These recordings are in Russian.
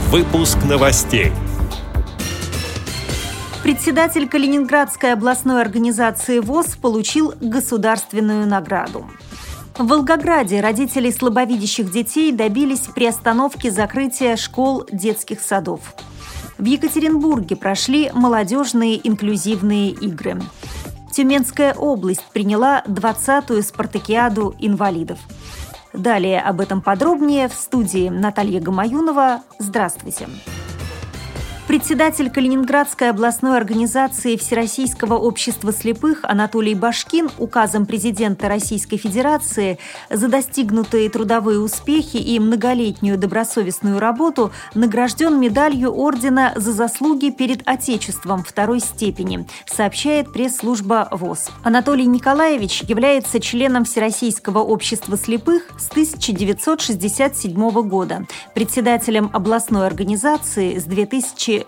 Выпуск новостей. Председатель Калининградской областной организации ВОС получил государственную награду. В Волгограде родители слабовидящих детей добились приостановки закрытия школ, детских садов. В Екатеринбурге прошли молодежные инклюзивные игры. Тюменская область приняла 20-ю спартакиаду инвалидов. Далее об этом подробнее в студии Наталья Гамаюнова. Здравствуйте. Председатель Калининградской областной организации Всероссийского общества слепых Анатолий Башкин указом президента Российской Федерации за достигнутые трудовые успехи и многолетнюю добросовестную работу награжден медалью ордена за заслуги перед Отечеством второй степени, сообщает пресс-служба ВОС. Анатолий Николаевич является членом Всероссийского общества слепых с 1967 года, председателем областной организации с 2006.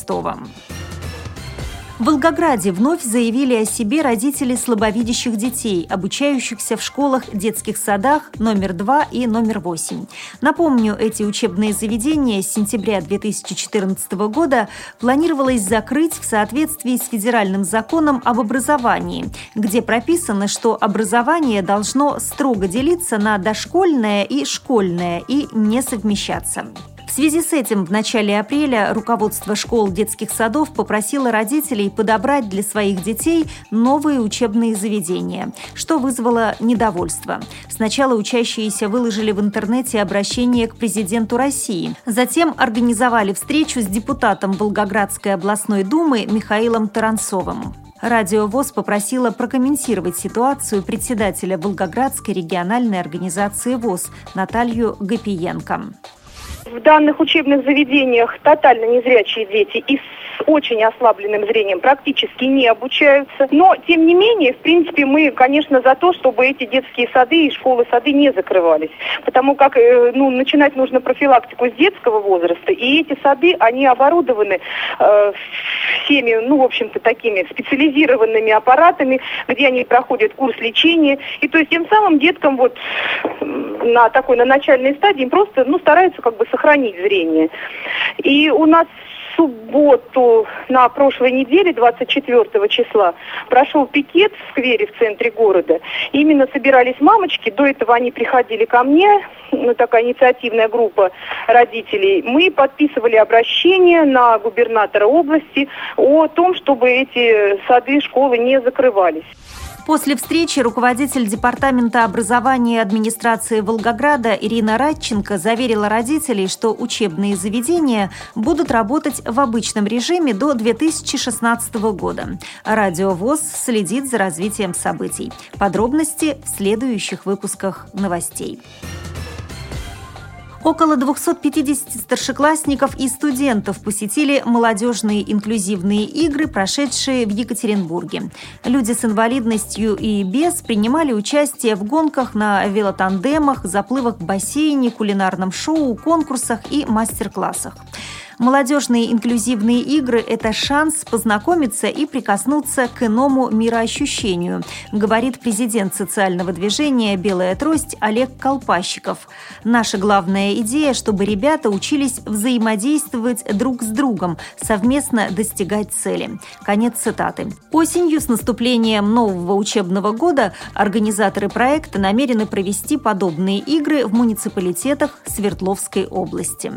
В Волгограде вновь заявили о себе родители слабовидящих детей, обучающихся в школах, детских садах номер 2 и номер 8. Напомню, эти учебные заведения с сентября 2014 года планировалось закрыть в соответствии с федеральным законом об образовании, где прописано, что образование должно строго делиться на дошкольное и школьное и не совмещаться. В связи с этим в начале апреля руководство школ, детских садов попросило родителей подобрать для своих детей новые учебные заведения, что вызвало недовольство. Сначала учащиеся выложили в интернете обращение к президенту России, затем организовали встречу с депутатом Волгоградской областной думы Михаилом Таранцовым. Радио ВОС попросило прокомментировать ситуацию председателя Волгоградской региональной организации ВОС Наталью Гапиенко. В данных учебных заведениях тотально незрячие дети и с очень ослабленным зрением практически не обучаются. Но, тем не менее, в принципе, мы, конечно, за то, чтобы эти детские сады и школы-сады не закрывались. Потому как начинать нужно профилактику с детского возраста. И эти сады, они оборудованы всеми, в общем-то, такими специализированными аппаратами, где они проходят курс лечения. И то есть тем самым деткам на начальной стадии просто стараются сохранить зрение. И у нас в субботу на прошлой неделе, 24 числа, прошел пикет в сквере в центре города. Именно собирались мамочки, до этого они приходили ко мне, такая инициативная группа родителей. Мы подписывали обращение на губернатора области о том, чтобы эти сады, школы не закрывались. После встречи руководитель департамента образования администрации Волгограда Ирина Радченко заверила родителей, что учебные заведения будут работать в обычном режиме до 2016 года. Радио ВОС следит за развитием событий. Подробности в следующих выпусках новостей. Около 250 старшеклассников и студентов посетили молодежные инклюзивные игры, прошедшие в Екатеринбурге. Люди с инвалидностью и без принимали участие в гонках на велотандемах, заплывах в бассейне, кулинарном шоу, конкурсах и мастер-классах. Молодежные инклюзивные игры – это шанс познакомиться и прикоснуться к иному мироощущению, говорит президент социального движения «Белая трость» Олег Колпащиков. Наша главная идея, чтобы ребята учились взаимодействовать друг с другом, совместно достигать цели. Конец цитаты. Осенью с наступлением нового учебного года организаторы проекта намерены провести подобные игры в муниципалитетах Свердловской области.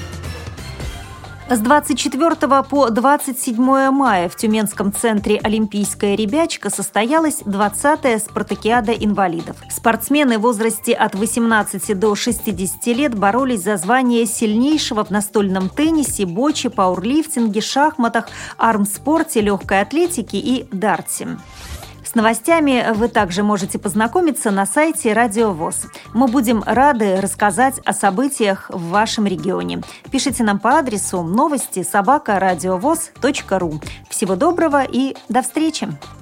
С 24 по 27 мая в Тюменском центре «Олимпийская ребячка» состоялась 20-я спартакиада инвалидов. Спортсмены в возрасте от 18 до 60 лет боролись за звание сильнейшего в настольном теннисе, боче, пауэрлифтинге, шахматах, армспорте, легкой атлетике и дарте. С новостями вы также можете познакомиться на сайте Радио ВОС. Мы будем рады рассказать о событиях в вашем регионе. Пишите нам по адресу новости@радиовос.ру. Всего доброго и до встречи!